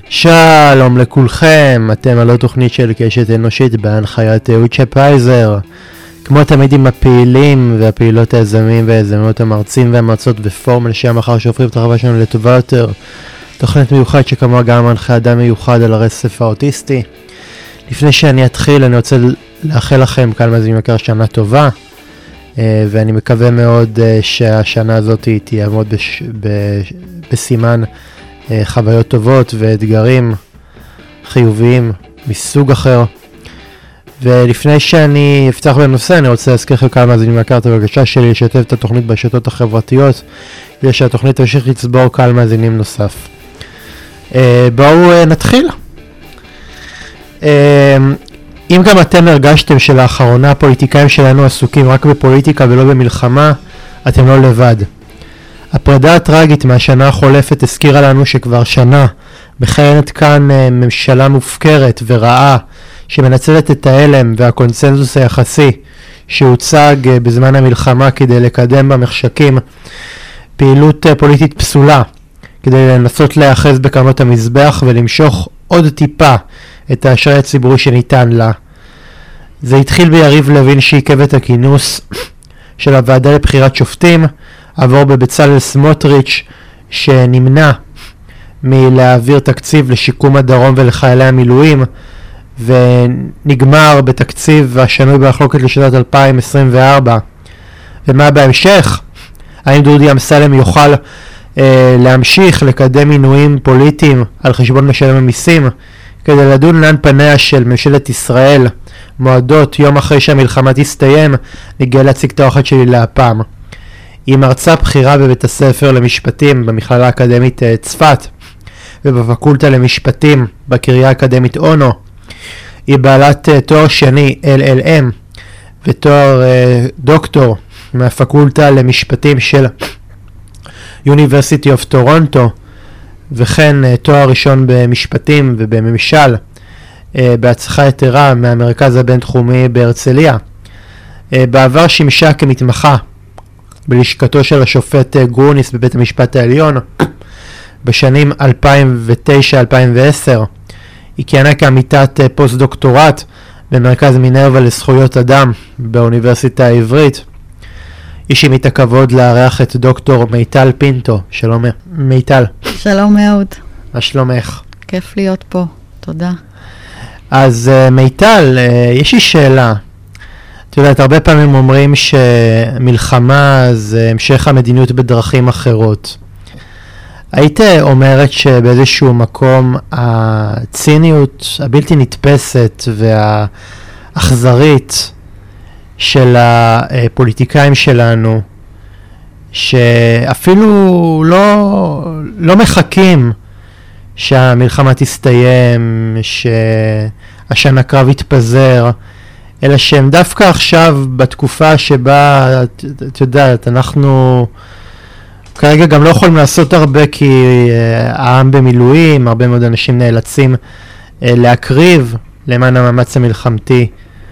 שלום לכולכם, אתם על התוכנית של קשת אנושית בהנחיית אויצ'ה פייזר. כמו תמיד עם הפעילים והפעילות היזמים והיזמות המרצים והמרצות ופורום אנשי המחר שהופכים את החברה שלנו לטובה יותר. תוכנית מיוחד שכמוה גם מנחה אדם מיוחד על הרצף האוטיסטי. לפני שאני אתחיל אני רוצה לאחל לכם כאן מאזינים יקר שנה טובה, ואני מקווה מאוד שהשנה הזאת תעמוד בסימן חוויות טובות ואתגרים חיוביים מסוג אחר. ולפני שאני אפתח בנושא אני רוצה להזכיר לכם כמה מאזינים יקר את הבקשה שלי לשתף את התוכנית ברשתות החברתיות כדי שהתוכנית תמשיך לצבור קהל מאזינים נוסף. בואו נתחיל. אם גם אתם הרגשתם שלאחרונה הפוליטיקאים שלנו עסוקים רק בפוליטיקה ולא במלחמה, אתם לא לבד. הפרידה הטרגית מהשנה החולפת הזכירה לנו שכבר שנה מכהנת כאן ממשלה מופקרת ורעה שמנצלת את ההלם והקונצנזוס היחסי שהוצג בזמן המלחמה כדי לקדם במחשכים פעילות פוליטית פסולה, כדי לנסות להיאחז בקרנות המזבח ולמשוך עוד טיפה את האשראי הציבורי שניתן לה. זה התחיל ביריב לוין שעיכב את הכינוס של הוועדה לבחירת שופטים, עבור בבצלאל סמוטריץ' שנמנע מלהעביר תקציב לשיקום הדרום ולחיילי המילואים, ונגמר בתקציב השנוי במחלוקת לשנת 2024. ומה בהמשך? האם דודי אמסלם יוכל להמשיך לקדם מינויים פוליטיים על חשבון משלם המיסים? כדי לדון לאן פניה של ממשלת ישראל מועדות יום אחרי שהמלחמה תסתיים, נגיע להציג את האורחת שלי להפעם. היא מרצה בחירה בבית הספר למשפטים במכללה האקדמית צפת ובפקולטה למשפטים בקריה האקדמית אונו. היא בעלת תואר שני LLM ותואר דוקטור מהפקולטה למשפטים של University of Toronto, וכן תואר ראשון במשפטים ובממשל בהצלחה יתרה מהמרכז הבינתחומי בהרצליה. בעבר שימשה כמתמחה בלשכתו של השופט גרוניס בבית המשפט העליון בשנים 2009-2010. היא כיהנה כעמיתת פוסט דוקטורט במרכז מינרווה לזכויות אדם באוניברסיטה העברית. יש עימי את הכבוד לארח את דוקטור מיטל פינטו. שלום מיטל. שלום מאוד. מה שלומך? כיף להיות פה, תודה. אז מיטל, יש לי שאלה. את יודעת, הרבה פעמים אומרים שמלחמה זה המשך המדיניות בדרכים אחרות. היית אומרת שבאיזשהו מקום הציניות הבלתי נתפסת והאכזרית של הפוליטיקאים שלנו, שאפילו לא מחכים שהמלחמה תסתיים, שהשנה קרב יתפזר, אלא שהם דווקא עכשיו בתקופה שבה, את יודעת, אנחנו כרגע גם לא יכולים לעשות הרבה כי העם במילואים, הרבה מאוד אנשים נאלצים להקריב למען המאמץ המלחמתי.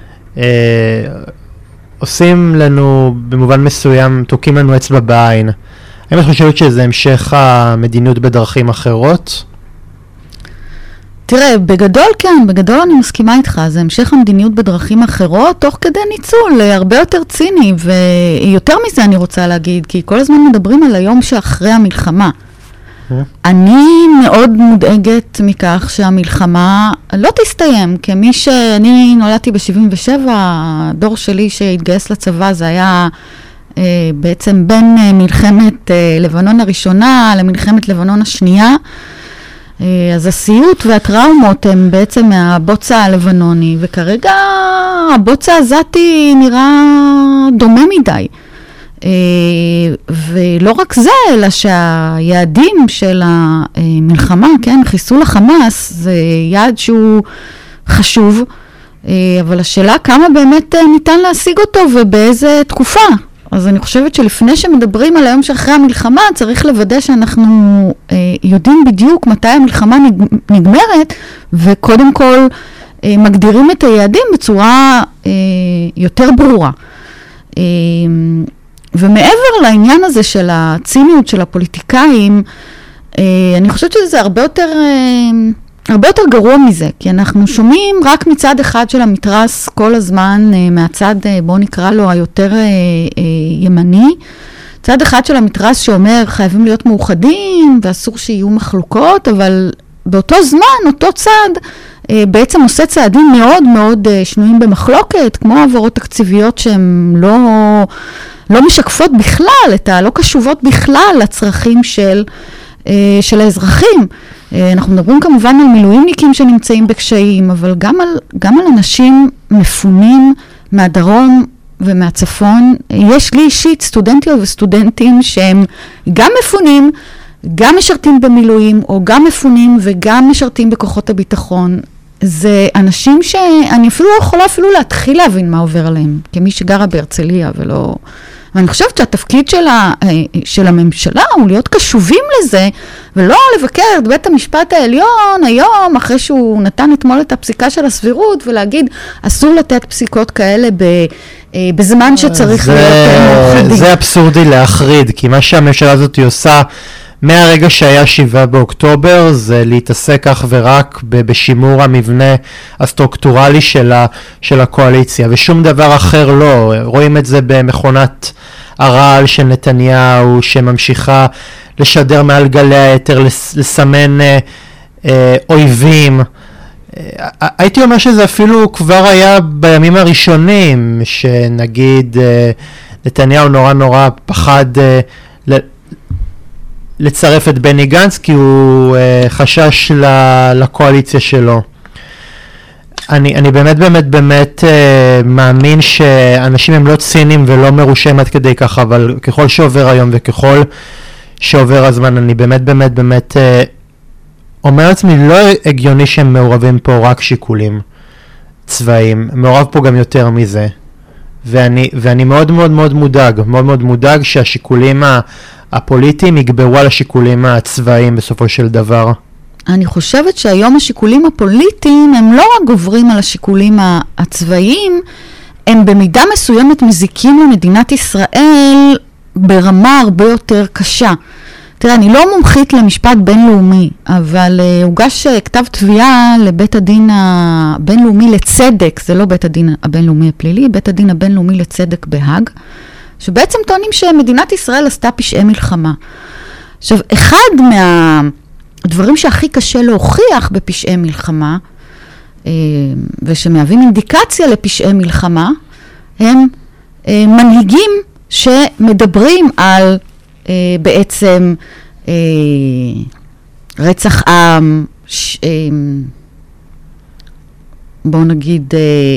עושים לנו במובן מסוים, תוקים לנו אצבע בעין. האם את חושבת שזה המשך המדיניות בדרכים אחרות? תראה, בגדול כן, בגדול אני מסכימה איתך, זה המשך המדיניות בדרכים אחרות, תוך כדי ניצול הרבה יותר ציני, ויותר מזה אני רוצה להגיד, כי כל הזמן מדברים על היום שאחרי המלחמה. אני מאוד מודאגת מכך שהמלחמה לא תסתיים, כמי שאני נולדתי ב-77, הדור שלי שהתגייס לצבא זה היה בעצם בין מלחמת לבנון הראשונה למלחמת לבנון השנייה, אז הסיוט והטראומות הם בעצם מהבוצע הלבנוני, וכרגע הבוצע הזאתי נראה דומה מדי. ולא רק זה, אלא שהיעדים של המלחמה, כן, חיסול החמאס, זה יעד שהוא חשוב, אבל השאלה כמה באמת ניתן להשיג אותו ובאיזה תקופה. אז אני חושבת שלפני שמדברים על היום שאחרי המלחמה, צריך לוודא שאנחנו יודעים בדיוק מתי המלחמה נגמרת, וקודם כל מגדירים את היעדים בצורה יותר ברורה. ומעבר לעניין הזה של הציניות של הפוליטיקאים, אני חושבת שזה הרבה יותר הרבה יותר גרוע מזה, כי אנחנו שומעים רק מצד אחד של המתרס כל הזמן, מהצד, בוא נקרא לו, היותר ימני, צד אחד של המתרס שאומר חייבים להיות מאוחדים ואסור שיהיו מחלוקות, אבל באותו זמן, אותו צד, בעצם עושה צעדים מאוד מאוד שנויים במחלוקת, כמו העברות תקציביות שהן לא משקפות בכלל, לא קשובות בכלל לצרכים של האזרחים. אנחנו מדברים כמובן על מילואימניקים שנמצאים בקשיים, אבל גם על אנשים מפונים מהדרום ומהצפון. יש לי אישית סטודנטיות וסטודנטים שהם גם מפונים, גם משרתים במילואים, או גם מפונים וגם משרתים בכוחות הביטחון. זה אנשים שאני אפילו לא יכולה להתחיל להבין מה עובר עליהם, כמי שגרה בהרצליה ולא... ואני חושבת שהתפקיד של הממשלה הוא להיות קשובים לזה, ולא לבקר את בית המשפט העליון היום, אחרי שהוא נתן אתמול את הפסיקה של הסבירות, ולהגיד, אסור לתת פסיקות כאלה בזמן שצריך להיות מאוחדים. זה אבסורדי להחריד, כי מה שהממשלה הזאת עושה, מהרגע שהיה 7 באוקטובר, זה להתעסק אך ורק בשימור המבנה הסטרוקטורלי של הקואליציה, ושום דבר אחר לא. רואים את זה במכונת הרעל של נתניהו, שממשיכה לשדר מעל גלי היתר, לסמן אויבים. הייתי אומר שזה אפילו כבר היה בימים הראשונים, שנגיד נתניהו נורא פחד לצרף את בני גנץ, כי הוא חשש לקואליציה שלו. אני באמת מאמין שאנשים הם לא ציניים ולא מרושעים עד כדי ככה, אבל ככל שעובר היום וככל שעובר הזמן, אני באמת אומר לעצמי, לא הגיוני שהם מעורבים פה רק שיקולים צבאיים, מעורב פה גם יותר מזה. ואני מאוד מודאג שהשיקולים הפוליטיים יגברו על השיקולים הצבאיים בסופו של דבר. אני חושבת שהיום השיקולים הפוליטיים הם לא רק גוברים על השיקולים הצבאיים, הם במידה מסוימת מזיקים למדינת ישראל ברמה הרבה יותר קשה. תראה, אני לא מומחית למשפט בינלאומי, אבל הוגש כתב תביעה לבית הדין הבינלאומי לצדק, זה לא בית הדין הבינלאומי הפלילי, בית הדין הבינלאומי לצדק בהאג, שבעצם טוענים שמדינת ישראל עשתה פשעי מלחמה. עכשיו, אחד מהדברים שהכי קשה להוכיח בפשעי מלחמה, ושמהווים אינדיקציה לפשעי מלחמה, הם מנהיגים שמדברים על בעצם רצח עם, בואו נגיד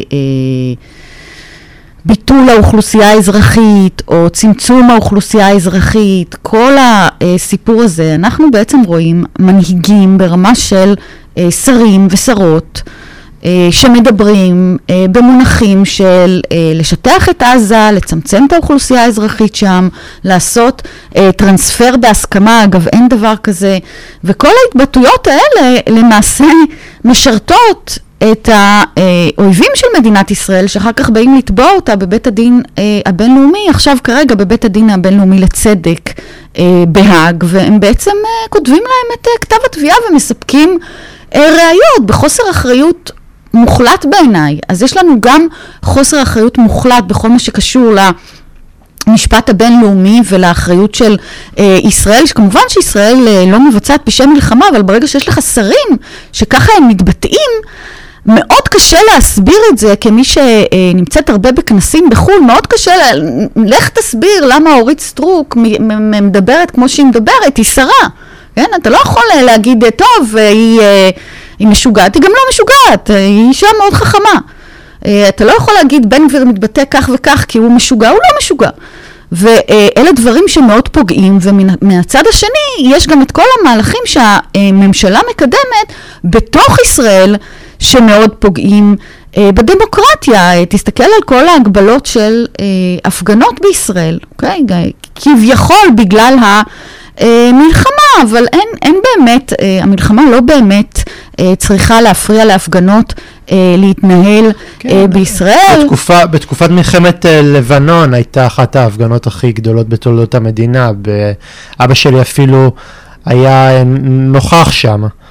ביטול האוכלוסייה האזרחית או צמצום האוכלוסייה האזרחית, כל הסיפור הזה, אנחנו בעצם רואים מנהיגים ברמה של שרים ושרות שמדברים במונחים של לשטח את עזה, לצמצם את האוכלוסייה האזרחית שם, לעשות טרנספר בהסכמה, אגב אין דבר כזה, וכל ההתבטאויות האלה למעשה משרתות את האויבים של מדינת ישראל, שאחר כך באים לתבוע אותה בבית הדין הבינלאומי, עכשיו כרגע בבית הדין הבינלאומי לצדק בהאג, והם בעצם כותבים להם את כתב התביעה ומספקים ראיות בחוסר אחריות מוחלט בעיניי. אז יש לנו גם חוסר אחריות מוחלט בכל מה שקשור למשפט הבינלאומי ולאחריות של ישראל, שכמובן שישראל לא מבצעת פשעי מלחמה, אבל ברגע שיש לך שרים שככה הם מתבטאים, מאוד קשה להסביר את זה, כמי שנמצאת הרבה בכנסים בחול, מאוד קשה, לך תסביר למה אורית סטרוק מדברת כמו שהיא מדברת, היא שרה. כן? אתה לא יכול להגיד, טוב, היא משוגעת, היא גם לא משוגעת, היא אישה מאוד חכמה. אתה לא יכול להגיד, בן גביר מתבטא כך וכך, כי הוא משוגע, הוא לא משוגע. ואלה דברים שמאוד פוגעים, ומהצד השני, יש גם את כל המהלכים שהממשלה מקדמת בתוך ישראל, שמאוד פוגעים בדמוקרטיה. תסתכל על כל ההגבלות של הפגנות בישראל, אוקיי? כביכול בגלל מלחמה, אבל אין באמת, המלחמה לא באמת צריכה להפריע להפגנות להתנהל בישראל. בתקופת מלחמת לבנון הייתה אחת ההפגנות הכי גדולות בתולדות המדינה, אבא שלי אפילו היה נוכח שם,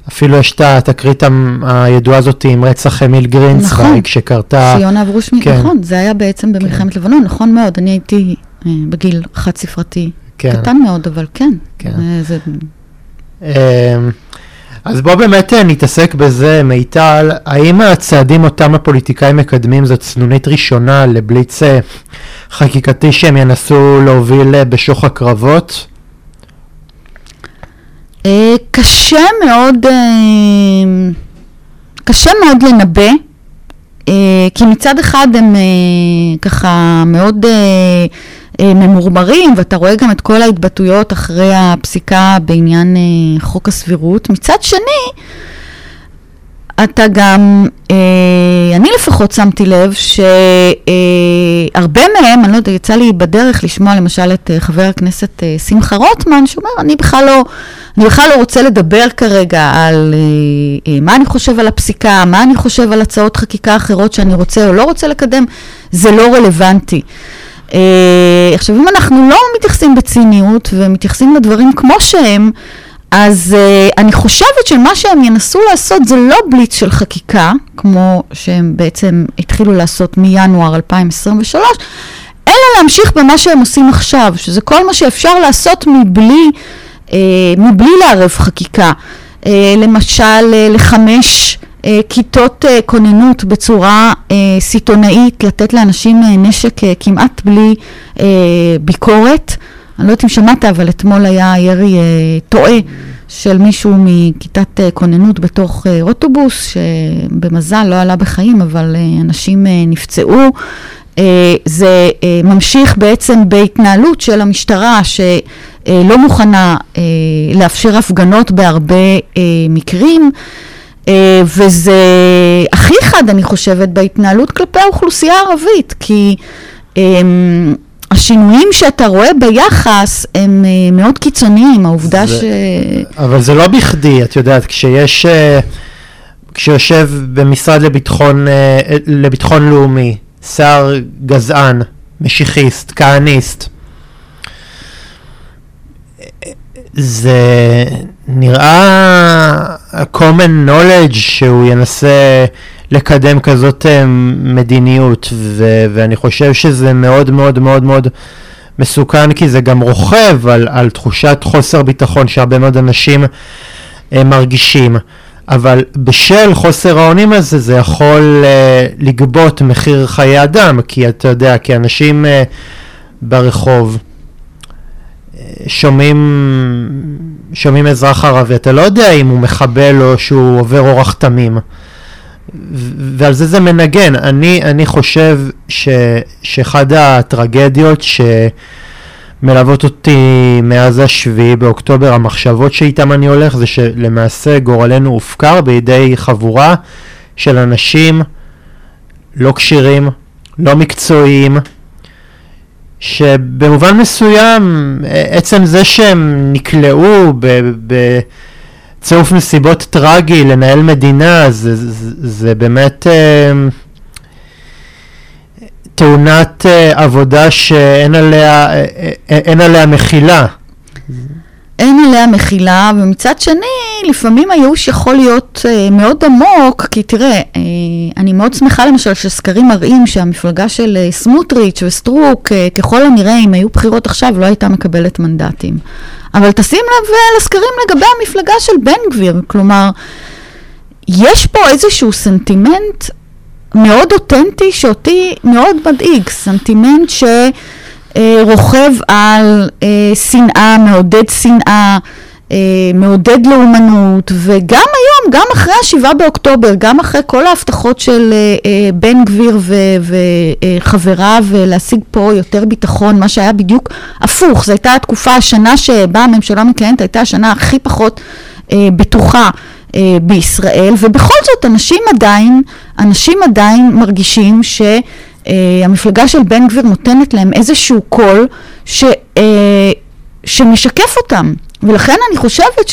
אפילו יש את התקרית הידועה הזאת עם רצח אמיל גרינצווייג, שקרתה... שיונה אברושמי, נכון, זה היה בעצם במלחמת לבנון, נכון מאוד, אני הייתי בגיל חד ספרתי, קטן מאוד, אבל כן. אז בוא באמת נתעסק בזה, מיטל, האם הצעדים אותם הפוליטיקאים מקדמים זאת סנונית ראשונה לבליץ חקיקתי שהם ינסו להוביל בשוך הקרבות? קשה מאוד לנבא, כי מצד אחד הם ככה מאוד ממורמרים, ואתה רואה גם את כל ההתבטאויות אחרי הפסיקה בעניין חוק הסבירות. מצד שני, אתה גם, אני לפחות שמתי לב שהרבה מהם, אני לא יודע, יצא לי בדרך לשמוע למשל את חבר הכנסת שמחה רוטמן, שאומר, אני בכלל לא רוצה לדבר כרגע על מה אני חושב על הפסיקה, מה אני חושב על הצעות חקיקה אחרות שאני רוצה או לא רוצה לקדם, זה לא רלוונטי. עכשיו, אם אנחנו לא מתייחסים בציניות ומתייחסים לדברים כמו שהם, אז אני חושבת שמה שהם ינסו לעשות זה לא בליץ של חקיקה, כמו שהם בעצם התחילו לעשות מינואר 2023, אלא להמשיך במה שהם עושים עכשיו, שזה כל מה שאפשר לעשות מבלי לערב חקיקה. למשל, לחמש כיתות כוננות בצורה סיטונאית, לתת לאנשים נשק כמעט בלי ביקורת. אני לא יודעת אם שמעת, אבל אתמול היה ירי טועה של מישהו מכיתת כוננות בתוך אוטובוס, שבמזל לא עלה בחיים, אבל אנשים נפצעו. זה ממשיך בעצם בהתנהלות של המשטרה, שלא מוכנה לאפשר הפגנות בהרבה מקרים, וזה הכי חד, אני חושבת, בהתנהלות כלפי האוכלוסייה הערבית, כי השינויים שאתה רואה ביחס הם מאוד קיצוניים, העובדה אבל זה לא בכדי, את יודעת, כשיושב במשרד לביטחון לאומי, שר גזען, משיחיסט, כהניסט, זה נראה common knowledge שהוא ינסה לקדם כזאת מדיניות, ואני חושב שזה מאוד מאוד מאוד מאוד מסוכן, כי זה גם רוכב על תחושת חוסר ביטחון שהרבה מאוד אנשים מרגישים, אבל בשל חוסר האונים הזה זה יכול לגבות מחיר חיי אדם, כי אתה יודע, כי אנשים ברחוב שומעים אזרח ערבי, אתה לא יודע אם הוא מחבל או שהוא עובר אורח תמים, ועל זה מנגן. אני חושב שאחד הטרגדיות שמלוות אותי מאז 7 באוקטובר, המחשבות שאיתם אני הולך, זה שלמעשה גורלנו הופקר בידי חבורה של אנשים לא קשירים, לא מקצועיים, שבמובן מסוים עצם זה שהם נקלעו בצירוף נסיבות טרגי לנהל מדינה, זה באמת תאונת עבודה שאין עליה מחילה. אין עליה מחילה, ומצד שני, לפעמים הייאוש יכול להיות מאוד עמוק, כי תראה, אני מאוד שמחה למשל שסקרים מראים שהמפלגה של סמוטריץ' וסטרוק, ככל הנראה, אם היו בחירות עכשיו, לא הייתה מקבלת מנדטים. אבל תשים לב לסקרים לגבי המפלגה של בן גביר, כלומר, יש פה איזשהו סנטימנט מאוד אותנטי, שאותי מאוד מדאיג, סנטימנט רוכב על שנאה, מעודד שנאה, מעודד לאומנות, וגם היום, גם אחרי 7 באוקטובר, גם אחרי כל ההבטחות של בן גביר וחבריו להשיג פה יותר ביטחון, מה שהיה בדיוק הפוך, זו הייתה התקופה, השנה שבה הממשלה מכהנת, הייתה השנה הכי פחות בטוחה בישראל, ובכל זאת אנשים עדיין מרגישים המפלגה של בן גביר נותנת להם איזשהו קול שמשקף אותם. ולכן אני חושבת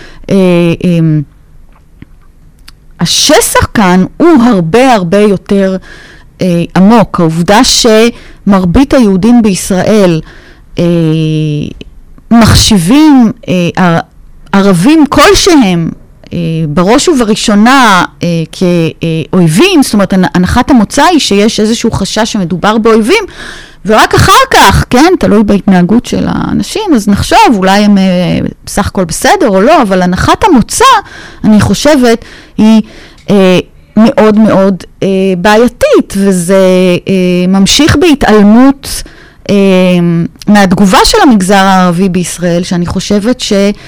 שהשסע כאן הוא הרבה הרבה יותר עמוק. העובדה שמרבית היהודים בישראל מחשיבים ערבים כלשהם בראש ובראשונה כאויבים, זאת אומרת, הנחת המוצא היא שיש איזשהו חשש שמדובר באויבים, ורק אחר כך, כן, תלוי בהתנהגות של האנשים, אז נחשוב, אולי הם בסך הכל בסדר או לא, אבל הנחת המוצא, אני חושבת, היא מאוד מאוד בעייתית, וזה ממשיך בהתעלמות מהתגובה של המגזר הערבי בישראל, שאני חושבת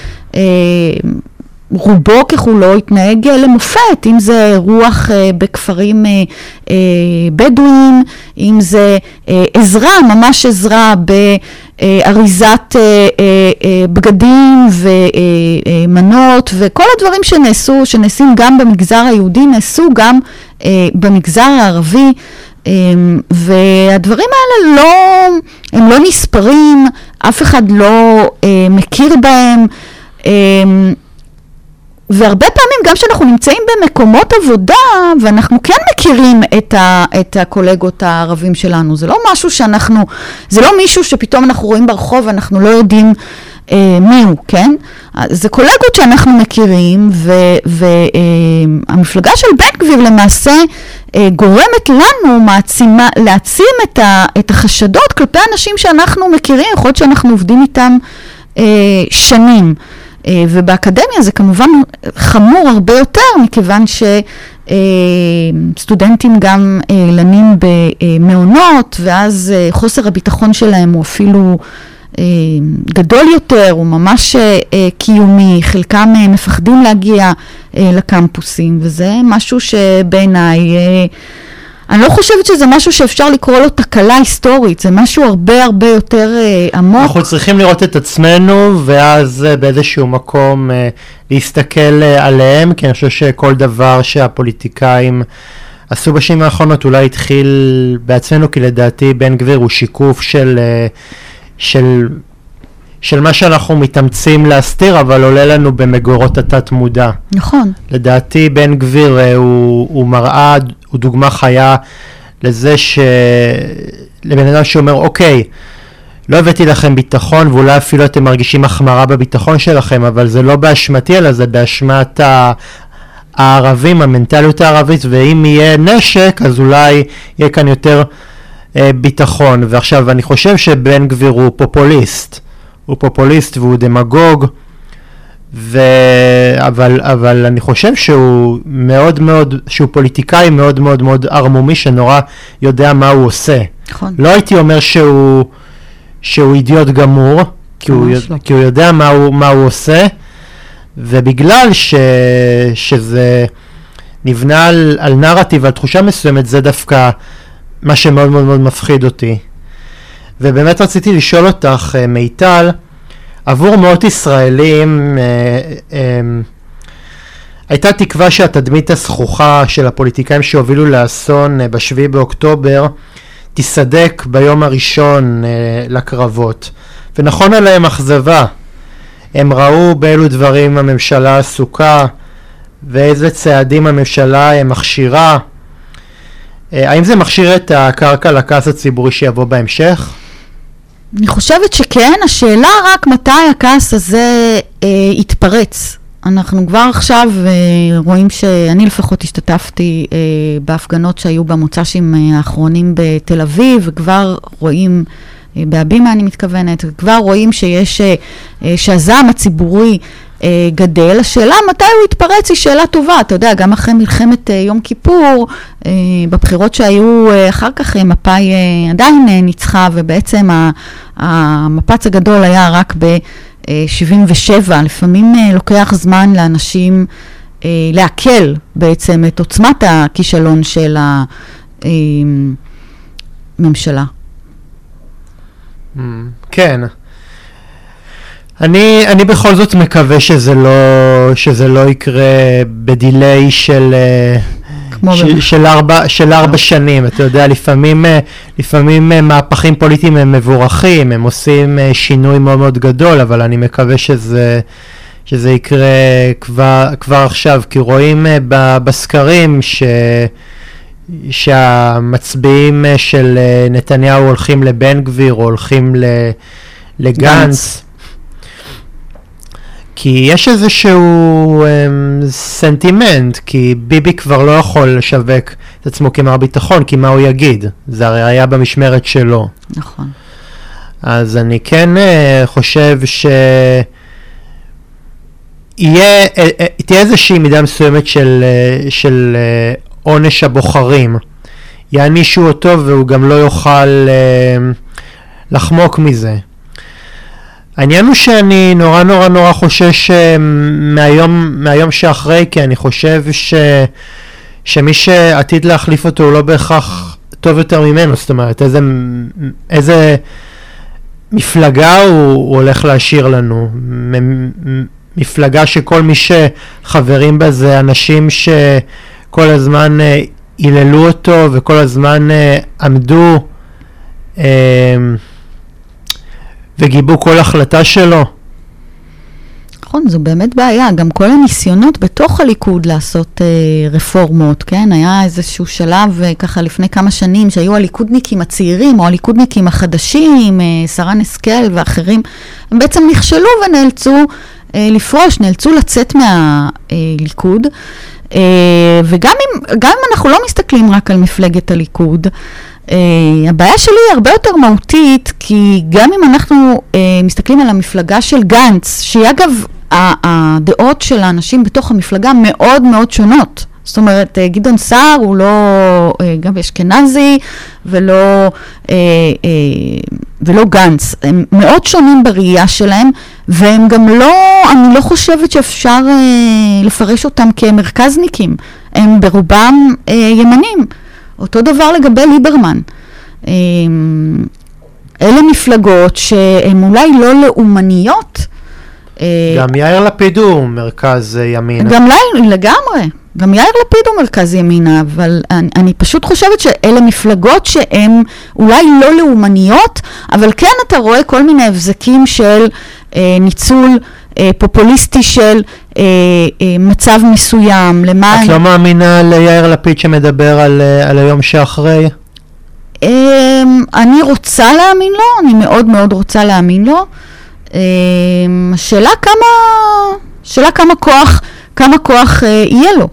רובו ככולו התנהג למופת, אם זה רוח בכפרים בדואים, אם זה עזרה, ממש עזרה באריזת בגדים ומנות, וכל הדברים שנעשים גם במגזר היהודי, נעשו גם במגזר הערבי, והדברים האלה הם לא נספרים, אף אחד לא מכיר בהם, והרבה פעמים גם שאנחנו נמצאים במקומות עבודה, ואנחנו כן מכירים את הקולגות הערבים שלנו, זה לא משהו זה לא מישהו שפתאום אנחנו רואים ברחוב ואנחנו לא יודעים מי הוא, כן? זה קולגות שאנחנו מכירים, והמפלגה של בן גביר למעשה גורמת לנו להעצים את החשדות כלפי אנשים שאנחנו מכירים, יכול להיות שאנחנו עובדים איתם שנים. ובאקדמיה זה כמובן חמור הרבה יותר, מכיוון שסטודנטים גם לנים במעונות, ואז חוסר הביטחון שלהם הוא אפילו גדול יותר, הוא ממש קיומי, חלקם מפחדים להגיע לקמפוסים, וזה משהו שבעיניי, אני לא חושבת שזה משהו שאפשר לקרוא לו תקלה היסטורית, זה משהו הרבה הרבה יותר עמוק. אנחנו צריכים לראות את עצמנו, ואז באיזשהו מקום להסתכל עליהם, כי אני חושב שכל דבר שהפוליטיקאים עשו בשנים האחרונות אולי התחיל בעצמנו, כי לדעתי בן גביר הוא שיקוף של מה שאנחנו מתאמצים להסתיר, אבל עולה לנו במגורות התת מודע. נכון. לדעתי בן גביר הוא מראה, הוא דוגמה חיה לזה לבן אדם שאומר, אוקיי, לא הבאתי לכם ביטחון, ואולי אפילו אתם מרגישים החמרה בביטחון שלכם, אבל זה לא באשמתי, אלא זה באשמת הערבים, המנטליות הערבית, ואם יהיה נשק, אז אולי יהיה כאן יותר ביטחון. ועכשיו, אני חושב שבן גביר הוא פופוליסט. הוא פופוליסט והוא דמגוג, אבל אני חושב שהוא שהוא פוליטיקאי מאוד מאוד מאוד ערמומי, שנורא יודע מה הוא עושה. נכון. לא הייתי אומר שהוא אידיוט גמור, כי הוא יודע מה הוא עושה, ובגלל שזה נבנה על נרטיב, על תחושה מסוימת, זה דווקא מה שמאוד מאוד מאוד מפחיד אותי. ובאמת רציתי לשאול אותך, מיטל, עבור מאות ישראלים הייתה תקווה שהתדמית הזכוכה של הפוליטיקאים שהובילו לאסון ב7 באוקטובר תסדק ביום הראשון לקרבות, ונכון עליהם אכזבה. הם ראו באילו דברים הממשלה עסוקה ואיזה צעדים הממשלה מכשירה. האם זה מכשיר את הקרקע לכעס הציבורי שיבוא בהמשך? אני חושבת שכן, השאלה רק מתי הכעס הזה יתפרץ. אנחנו כבר עכשיו רואים שאני לפחות השתתפתי בהפגנות שהיו במוצ"שים האחרונים בתל אביב, וכבר רואים, בהבימה אני מתכוונת, וכבר רואים שהזעם הציבורי גדל. השאלה מתי הוא יתפרץ היא שאלה טובה. אתה יודע, גם אחרי מלחמת יום כיפור, בבחירות שהיו אחר כך, מפא"י עדיין ניצחה, ובעצם המפץ הגדול היה רק ב-77. לפעמים לוקח זמן לאנשים להקל בעצם את עוצמת הכישלון של הממשלה. כן. אני בכל זאת מקווה שזה לא יקרה בדיליי של 4 שנים. אתה יודע, לפעמים מהפכים פוליטיים הם מבורכים, הם עושים שינוי מאוד מאוד גדול, אבל אני מקווה שזה יקרה כבר עכשיו, כי רואים בסקרים שהמצביעים של נתניהו הולכים לבן גביר או הולכים לגנץ. כי יש איזשהו סנטימנט, כי ביבי כבר לא יכול לשווק את עצמו כמר ביטחון, כי מה הוא יגיד? זה הרי היה במשמרת שלו. נכון. אז אני כן חושב תהיה איזושהי מידה מסוימת של עונש הבוחרים. יענישו אותו והוא גם לא יוכל לחמוק מזה. העניין הוא שאני נורא נורא נורא חושש מהיום שאחרי, כי אני חושב שמי שעתיד להחליף אותו הוא לא בהכרח טוב יותר ממנו. זאת אומרת, איזה מפלגה הוא הולך להשאיר לנו. מפלגה שכל מי שחברים בה זה אנשים שכל הזמן היללו אותו וכל הזמן עמדו וגיבו כל החלטה שלו. נכון, זו באמת בעיה. גם כל הניסיונות בתוך הליכוד לעשות רפורמות, כן? היה איזשהו שלב ככה לפני כמה שנים שהיו הליכודניקים הצעירים או הליכודניקים החדשים, שרן השכל ואחרים, הם בעצם נכשלו ונאלצו לפרוש, נאלצו לצאת מהליכוד, וגם אם אנחנו לא מסתכלים רק על מפלגת הליכוד, הבעיה שלי היא הרבה יותר מהותית, כי גם אם אנחנו מסתכלים על המפלגה של גנץ, שהיא אגב, הדעות של האנשים בתוך המפלגה מאוד מאוד שונות. זאת אומרת, גדעון סער הוא לא גם אשכנזי ולא גנץ. הם מאוד שונים בראייה שלהם, והם גם לא, אני לא חושבת שאפשר לפרש אותם כמרכזניקים. הם ברובם ימנים. אותו דבר לגבי ליברמן. אלה מפלגות שהן אולי לא לאומניות. גם יאיר לפיד הוא מרכז ימינה. גם לגמרי. גם יאיר לפיד הוא מרכז ימינה, אבל אני פשוט חושבת שאלה מפלגות שהן אולי לא לאומניות, אבל כן אתה רואה כל מיני הבזקים של ניצול פופוליסטי של מצב מסוים. את לא מאמינה ליאיר לפיד שמדבר על היום שאחרי? אני רוצה להאמין לו, אני מאוד מאוד רוצה להאמין לו. השאלה כמה כוח יהיה לו.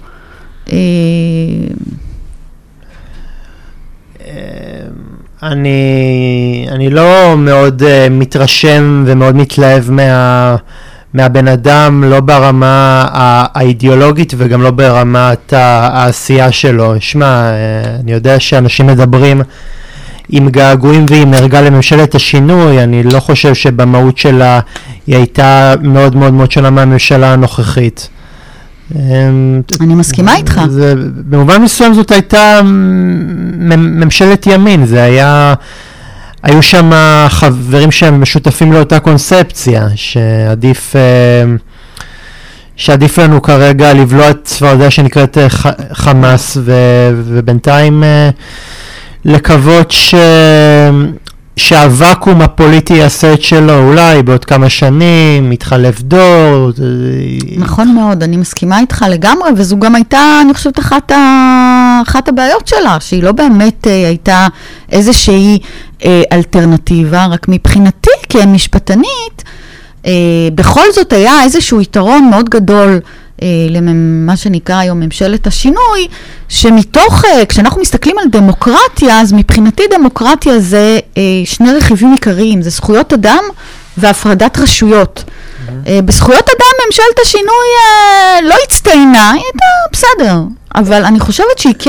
אני לא מאוד מתרשם ומאוד מתלהב מהבן אדם, לא ברמה האידיאולוגית וגם לא ברמת העשייה שלו. שמע, אני יודע שאנשים מדברים עם געגועים ועם הרגע לממשלת השינוי, אני לא חושב שבמהות שלה היא הייתה מאוד מאוד מאוד שונה מהממשלה הנוכחית. אני מסכימה איתך. במובן מסוים זאת הייתה ממשלת ימין, זה היה, היו שם חברים שהם משותפים לאותה קונספציה, שעדיף לנו כרגע לבלוע את צפרדע שנקראת חמאס, ובינתיים לקוות שהוואקום הפוליטי יעשה את שלו, אולי בעוד כמה שנים, מתחלף דור. נכון מאוד, אני מסכימה איתך לגמרי, וזו גם הייתה, אני חושבת, אחת הבעיות שלה, שהיא לא באמת הייתה איזושהי אלטרנטיבה, רק מבחינתי כמשפטנית, בכל זאת היה איזשהו יתרון מאוד גדול, למה שנקרא היום ממשלת השינוי, שמתוך, כשאנחנו מסתכלים על דמוקרטיה, אז מבחינתי דמוקרטיה זה שני רכיבים עיקריים, זה זכויות אדם והפרדת רשויות. בזכויות אדם ממשלת השינוי לא הצטיינה, היא הייתה בסדר, אבל אני חושבת שהיא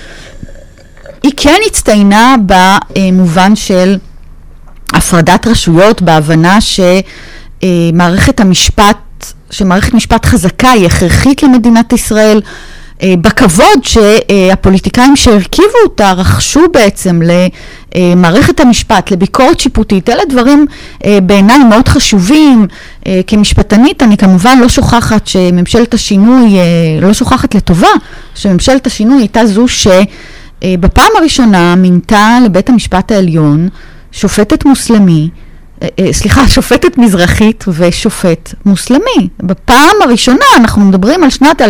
כן הצטיינה במובן של הפרדת רשויות, בהבנה שמערכת משפט חזקה היא הכרחית למדינת ישראל, בכבוד שהפוליטיקאים שהרכיבו אותה רכשו בעצם למערכת המשפט, לביקורת שיפוטית. אלה דברים בעיניי מאוד חשובים. כמשפטנית אני כמובן לא שוכחת שממשלת השינוי, לא שוכחת לטובה, שממשלת השינוי הייתה זו שבפעם הראשונה מינתה לבית המשפט העליון שופטת שופטת מזרחית ושופט מוסלמי. בפעם הראשונה אנחנו מדברים על שנת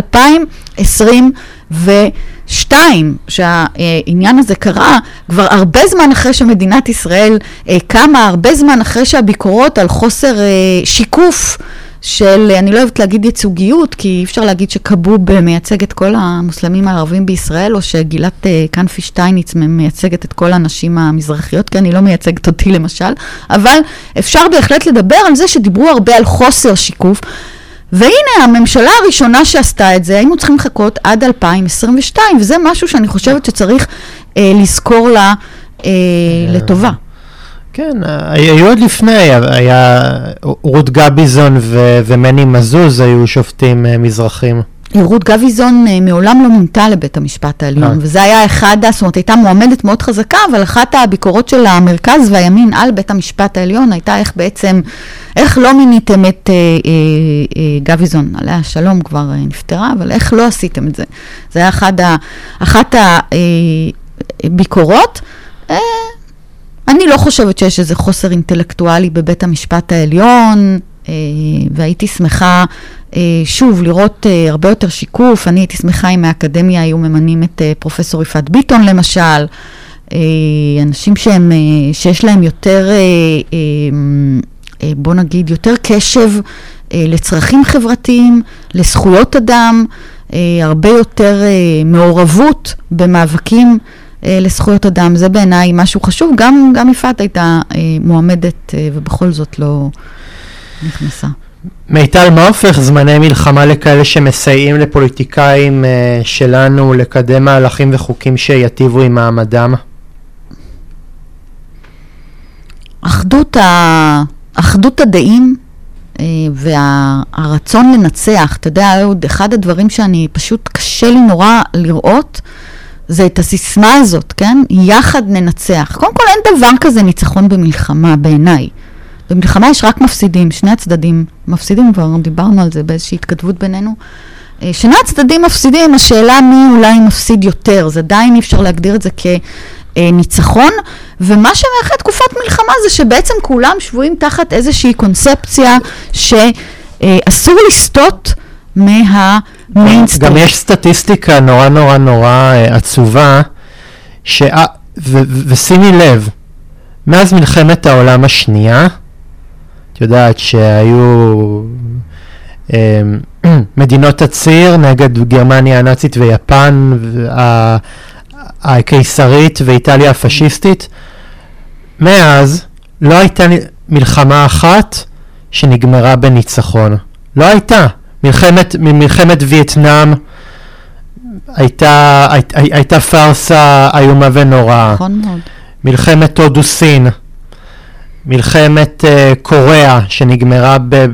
2022, שהעניין הזה קרה כבר הרבה זמן אחרי שמדינת ישראל קמה, הרבה זמן אחרי שהביקורות על חוסר שיקוף של, אני לא אוהבת להגיד ייצוגיות, כי אי אפשר להגיד שקבוב מייצג את כל המוסלמים הערבים בישראל, או שגילת קנפי שטייניץ מייצגת את כל הנשים המזרחיות, כי אני לא מייצגת אותי למשל, אבל אפשר בהחלט לדבר על זה שדיברו הרבה על חוסר שיקוף, והנה הממשלה הראשונה שעשתה את זה, היינו צריכים לחכות עד 2022, וזה משהו שאני חושבת שצריך לזכור לה לטובה. כן, היו עוד לפני, היה רות גביזון ומני מזוז היו שופטים מזרחים. רות גביזון מעולם לא מונתה לבית המשפט העליון, וזה היה זאת אומרת, הייתה מועמדת מאוד חזקה, אבל אחת הביקורות של המרכז והימין על בית המשפט העליון הייתה איך לא מיניתם את גביזון, עליה שלום כבר נפטרה, אבל איך לא עשיתם את זה? זה היה אחת הביקורות. אני לא חושבת שיש איזה חוסר אינטלקטואלי בבית המשפט העליון, והייתי שמחה שוב לראות הרבה יותר שיקוף. אני הייתי שמחה אם מהאקדמיה היו ממנים את פרופסור יפעת ביטון למשל, אנשים שיש להם יותר, בוא נגיד, יותר קשב לצרכים חברתיים, לזכויות אדם, הרבה יותר מעורבות במאבקים לזכויות אדם. זה בעיניי משהו חשוב. גם יפעת הייתה מועמדת ובכל זאת לא נכנסה. מיטל, מה הופך זמני מלחמה לכאלה שמסייעים לפוליטיקאים שלנו לקדם מהלכים וחוקים שיטיבו עם מעמדם? אחדות הדעים והרצון לנצח. אתה יודע, עוד אחד הדברים שאני פשוט קשה לי נורא לראות, זה את הסיסמה הזאת, כן? יחד ננצח. קודם כל אין דבר כזה ניצחון במלחמה בעיניי. במלחמה יש רק מפסידים, שני הצדדים מפסידים, כבר דיברנו על זה באיזושהי התכתבות בינינו. שני הצדדים מפסידים, השאלה מי אולי מפסיד יותר, זה עדיין אי אפשר להגדיר את זה כניצחון, ומה שמאחד תקופת מלחמה זה שבעצם כולם שבויים תחת איזושהי קונספציה שאסור לסטות מהמיינסטרים. גם יש סטטיסטיקה נורא עצובה, ושימי לב, מאז מלחמת העולם השנייה, את יודעת שהיו מדינות הציר נגד גרמניה הנאצית ויפן הקיסרית ואיטליה הפשיסטית, מאז לא הייתה מלחמה אחת שנגמרה בניצחון. לא הייתה. מלחמת וייטנאם הייתה פרסה איומה ונוראה. נכון מאוד. מלחמת הודו סין, מלחמת קוריאה שנגמרה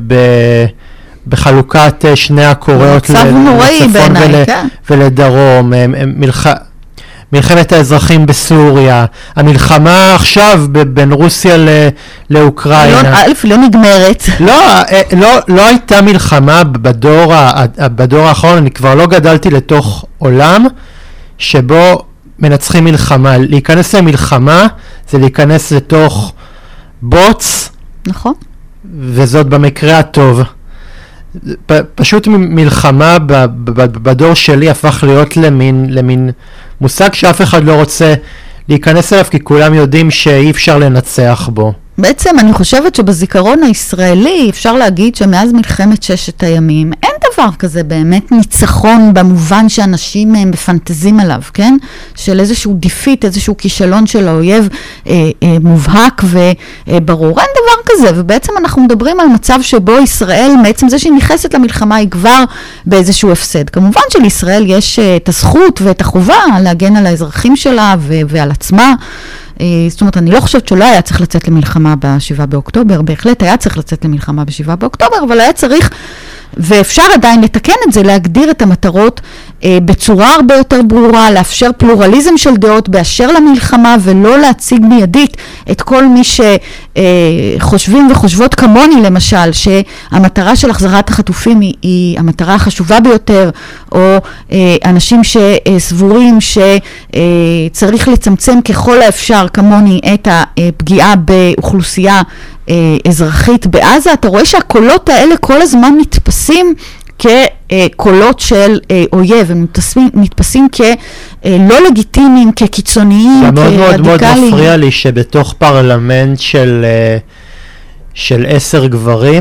בחלוקת שני הקוריאות לצפון ולדרום, מלחמת האזרחים בסוריה, המלחמה עכשיו בין רוסיה לאוקראינה. לא נגמרת. לא הייתה מלחמה בדור האחרון, אני כבר לא גדלתי לתוך עולם שבו מנצחים מלחמה. להיכנס למלחמה זה להיכנס לתוך בוץ. נכון. וזאת במקרה הטוב. פשוט מלחמה בדור שלי הפך להיות למין מושג שאף אחד לא רוצה להיכנס אליו, כי כולם יודעים שאי אפשר לנצח בו. בעצם אני חושבת שבזיכרון הישראלי אפשר להגיד שמאז מלחמת ששת הימים אין דבר כזה באמת ניצחון במובן שאנשים מפנטזים עליו, כן? של איזשהו דיפית, איזשהו כישלון של האויב מובהק וברור. אין דבר כזה, ובעצם אנחנו מדברים על מצב שבו ישראל, בעצם זה שהיא נכנסת למלחמה היא כבר באיזשהו הפסד. כמובן שלישראל יש את הזכות ואת החובה להגן על האזרחים שלה ועל עצמה. זאת אומרת, אני לא חושבת שלא היה צריך לצאת למלחמה ב7 באוקטובר, בהחלט היה צריך לצאת למלחמה ב7 באוקטובר, אבל היה צריך, ואפשר עדיין לתקן את זה, להגדיר את המטרות בצורה הרבה יותר ברורה, לאפשר פלורליזם של דעות באשר למלחמה, ולא להציג מיידית את כל מי שחושבים וחושבות כמוני, למשל, שהמטרה של החזרת החטופים היא המטרה החשובה ביותר, או אנשים שסבורים שצריך לצמצם ככל האפשר כמוני את הפגיעה באוכלוסייה אזרחית בעזה. אתה רואה שהקולות האלה כל הזמן נתפסים כקולות של אויב, הם נתפסים כלא לגיטימיים, כקיצוניים, כרדיקליים. מאוד מפריע לי שבתוך פרלמנט של 10 גברים,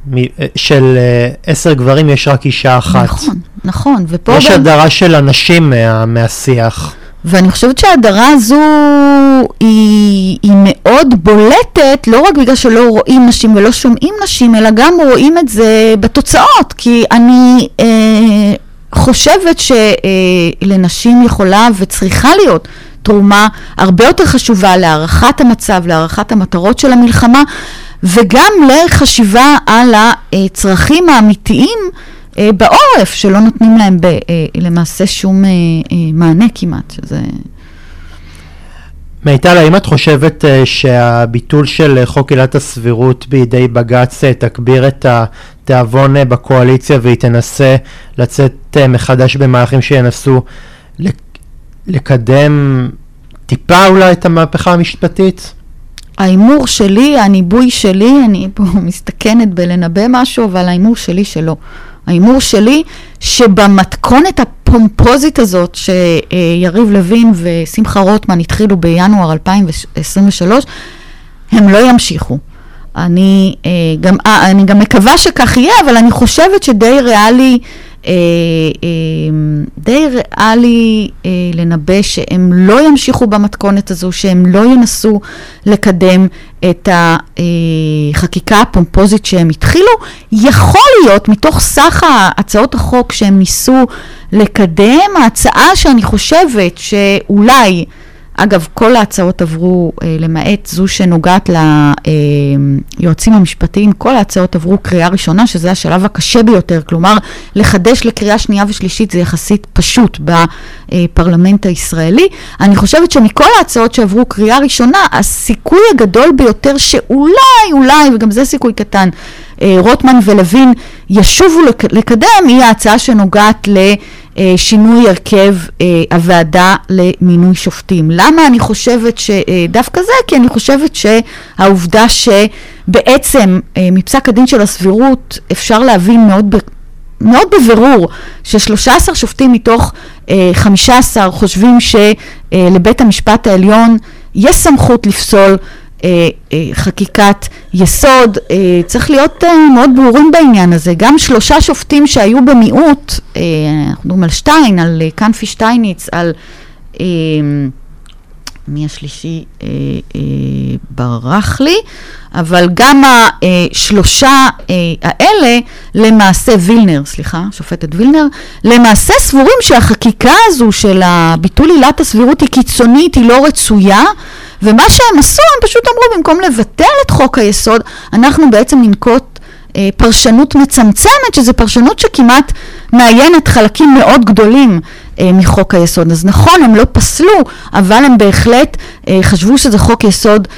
של 10 גברים יש רק אישה אחת. נכון, נכון. יש הדרה של אנשים מהשיח. ואני חושבת שההדרה הזו היא מאוד בולטת, לא רק בגלל שלא רואים נשים ולא שומעים נשים, אלא גם רואים את זה בתוצאות, כי אני חושבת שלנשים יכולה וצריכה להיות תרומה הרבה יותר חשובה להערכת המצב, להערכת המטרות של המלחמה, וגם לחשיבה על הצרכים האמיתיים בעורף, שלא נותנים להם למעשה שום מענה כמעט. שזה... מיטל, האם את חושבת שהביטול של חוק עילת הסבירות בידי בג"ץ תגביר את התיאבון בקואליציה והיא תנסה לצאת מחדש במהלכים שינסו לקדם טיפה אולי את המהפכה המשפטית? האימור שלי, הניבוי שלי, אני פה מסתכנת בלנבא משהו, אבל האימור שלי שלא. האימור שלי שבמתכונת הפומפוזית הזאת שיריב לוין ושמחה רוטמן התחילו בינואר 2023, הם לא ימשיכו. אני גם מקווה שכך יהיה, אבל אני חושבת שדי ריאלי לנבא שהם לא ימשיכו במתכונת הזו, שהם לא ינסו לקדם את החקיקה הפומפוזית שהם התחילו. יכול להיות מתוך סך הצעות החוק שהם ניסו לקדם, ההצעה שאני חושבת שאולי, אגב, כל ההצעות עברו, למעט זו שנוגעת ליועצים המשפטיים, כל ההצעות עברו קריאה ראשונה, שזה השלב הקשה ביותר, כלומר, לחדש לקריאה שנייה ושלישית זה יחסית פשוט בפרלמנט הישראלי. אני חושבת שמכל ההצעות שעברו קריאה ראשונה, הסיכוי הגדול ביותר שאולי, וגם זה סיכוי קטן, רוטמן ולוין ישובו לקדם, היא ההצעה שנוגעת לשינוי הרכב הוועדה למינוי שופטים. למה אני חושבת שדווקא זה? כי אני חושבת שהעובדה שבעצם מפסק הדין של הסבירות אפשר להבין מאוד בבירור ש13 שופטים מתוך 15 חושבים שלבית המשפט העליון יש סמכות לפסול חקיקת יסוד. צריך להיות מאוד ברורים בעניין הזה. גם 3 שופטים שהיו במיעוט, אנחנו מדברים על שטיין, על קנפי שטייניץ, על מי השלישי ברח לי, אבל גם 3 האלה למעשה שופטת וילנר, למעשה סבורים שהחקיקה הזו של הביטול עילת הסבירות היא קיצונית, היא לא רצויה, ומה שהם עשו, הם פשוט אמרו, במקום לבטל את חוק היסוד, אנחנו בעצם ננקוט פרשנות מצמצמת, שזה פרשנות שכמעט מעיינת חלקים מאוד גדולים מחוק היסוד. אז נכון, הם לא פסלו, אבל הם בהחלט חשבו שזה חוק יסוד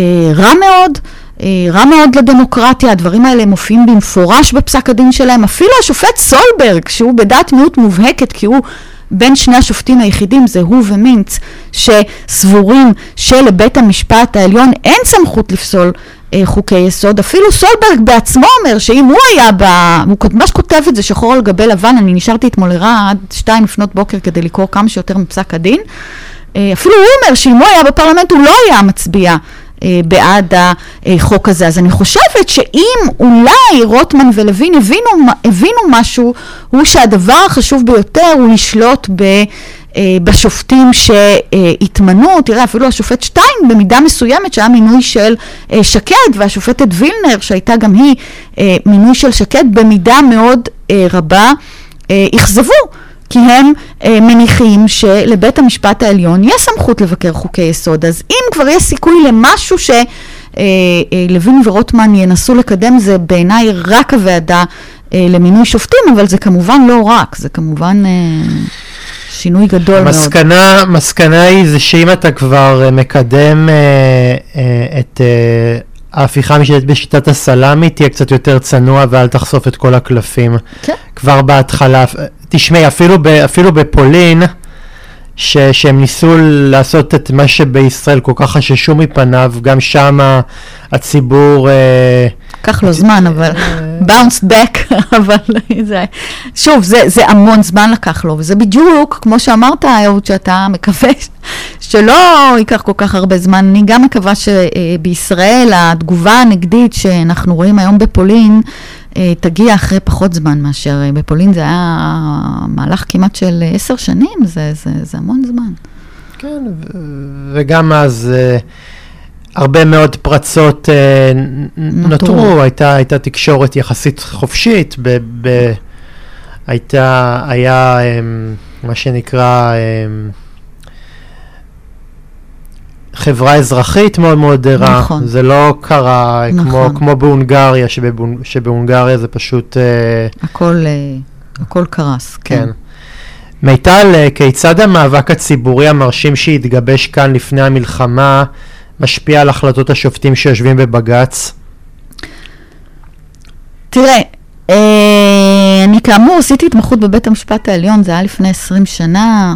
רע מאוד לדמוקרטיה. הדברים האלה מופיעים במפורש בפסק הדין שלהם. אפילו השופט סולברג, שהוא בדעת מיעוט מובהקת, כי הוא בין שני השופטים היחידים, זה הוא ומינץ, שסבורים שלבית המשפט העליון אין סמכות לפסול חוקי יסוד. אפילו סולברג בעצמו אומר שאם הוא היה הוא ממש כותב את זה שחור על גבי לבן, אני נשארתי אתמול עד 2 לפנות בוקר כדי לקרוא כמה שיותר מפסק הדין, אפילו הוא אומר שאם הוא היה בפרלמנט הוא לא היה מצביע בעד החוק הזה. אז אני חושבת שאם אולי רוטמן ולוין הבינו משהו, הוא שהדבר החשוב ביותר הוא לשלוט בשופטים שהתמנו. תראה, אפילו השופט שטיין במידה מסוימת שהיה מינוי של שקד, והשופטת וילנר שהייתה גם היא מינוי של שקד, במידה מאוד רבה יחזבו, כי הם מניחים שלבית המשפט העליון יש סמכות לבקר חוקי יסוד. אז אם כבר יש סיכוי למשהו שלוין ורוטמן ינסו לקדם, זה בעיניי רק הוועדה למינוי שופטים, אבל זה כמובן לא רק, זה כמובן שינוי גדול מאוד. מסקנה היא זה שאם אתה כבר מקדם את ההפיכה המשפטית בשיטת הסלאמי, תהיה קצת יותר צנוע ואל תחשוף את כל הקלפים. כן. כבר בהתחלה, תשמעי, אפילו בפולין, שהם ניסו לעשות את מה שבישראל כל כך חששו מפניו, גם שם הציבור... כך לו זמן, אבל bounced back, אבל שוב, זה המון זמן לקח לו, וזה בדיוק, כמו שאמרת, אהוד, שאתה מקווה שלא ייקח כל כך הרבה זמן. אני גם מקווה שבישראל התגובה הנגדית שאנחנו רואים היום בפולין, תגיע אחרי פחות זמן מאשר בפולין. זה היה מהלך כמעט של 10 שנים, זה המון זמן. כן, וגם אז הרבה מאוד פרצות נותרו, הייתה תקשורת יחסית חופשית, היה מה שנקרא חברה אזרחית מאוד מאוד ערה. נכון. זה לא קרה נכון. כמו בהונגריה, שבהונגריה זה פשוט הכל קרס. כן. מיטל, כיצד המאבק הציבורי המרשים שהתגבש כאן לפני המלחמה משפיע על החלטות השופטים שיושבים בבג"ץ? תראה, אני כאמור עשיתי התמחות בבית המשפט העליון, זה היה לפני 20 שנה.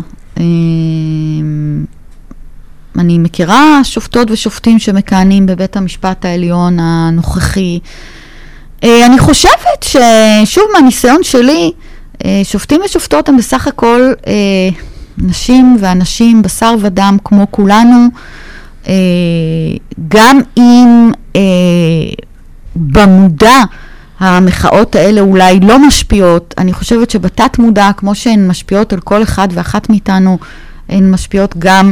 אני מכירה שופטות ושופטים שמכהנים בבית המשפט העליון הנוכחי. אני חושבת ששוב מהניסיון שלי, שופטים ושופטות הם בסך הכל נשים ואנשים בשר ודם כמו כולנו, גם אם במודע המחאות האלה אולי לא משפיעות, אני חושבת שבתת מודע, כמו שהן משפיעות על כל אחד ואחת מאיתנו, הן משפיעות